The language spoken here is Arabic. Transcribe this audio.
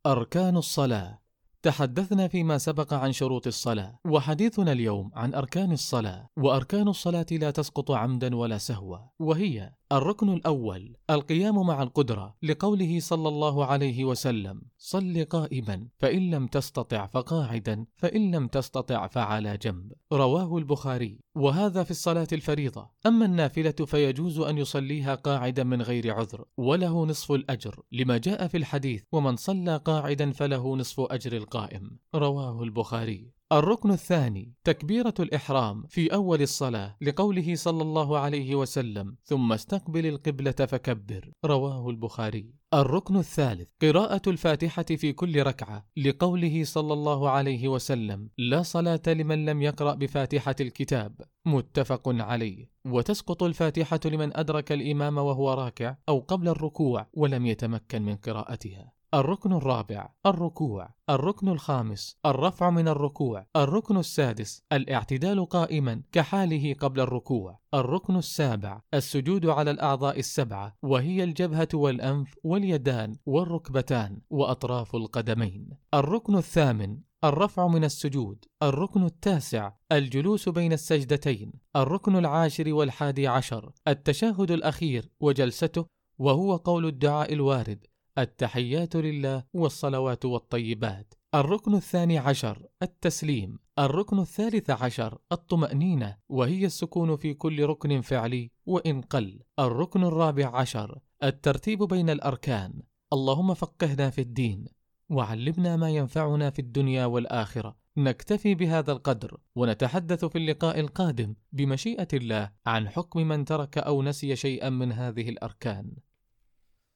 أركان الصلاة. تحدثنا فيما سبق عن شروط الصلاة، وحديثنا اليوم عن أركان الصلاة. وأركان الصلاة لا تسقط عمدا ولا سهوا، وهي: الركن الأول القيام مع القدرة، لقوله صلى الله عليه وسلم: صل قائما، فإن لم تستطع فقاعدا، فإن لم تستطع فعلى جنب، رواه البخاري. وهذا في الصلاة الفريضة. أما النافلة فيجوز أن يصليها قاعدا من غير عذر، وله نصف الأجر، لما جاء في الحديث: ومن صلى قاعدا فله نصف أجر القائم، رواه البخاري. الركن الثاني تكبيرة الإحرام في أول الصلاة، لقوله صلى الله عليه وسلم: ثم استقبل القبلة فكبر، رواه البخاري. الركن الثالث قراءة الفاتحة في كل ركعة، لقوله صلى الله عليه وسلم: لا صلاة لمن لم يقرأ بفاتحة الكتاب، متفق عليه. وتسقط الفاتحة لمن أدرك الإمام وهو راكع أو قبل الركوع ولم يتمكن من قراءتها. الركن الرابع الركوع. الركن الخامس الرفع من الركوع. الركن السادس الاعتدال قائما كحاله قبل الركوع. الركن السابع السجود على الأعضاء السبعة، وهي الجبهة والأنف واليدان والركبتان وأطراف القدمين. الركن الثامن الرفع من السجود. الركن التاسع الجلوس بين السجدتين. الركن العاشر والحادي عشر التشهد الأخير وجلسته، وهو قول الدعاء الوارد: التحيات لله والصلوات والطيبات. الركن الثاني عشر التسليم. الركن الثالث عشر الطمأنينة، وهي السكون في كل ركن فعلي وإن قل. الركن الرابع عشر الترتيب بين الأركان. اللهم فقهنا في الدين، وعلمنا ما ينفعنا في الدنيا والآخرة. نكتفي بهذا القدر، ونتحدث في اللقاء القادم بمشيئة الله عن حكم من ترك أو نسي شيئا من هذه الأركان.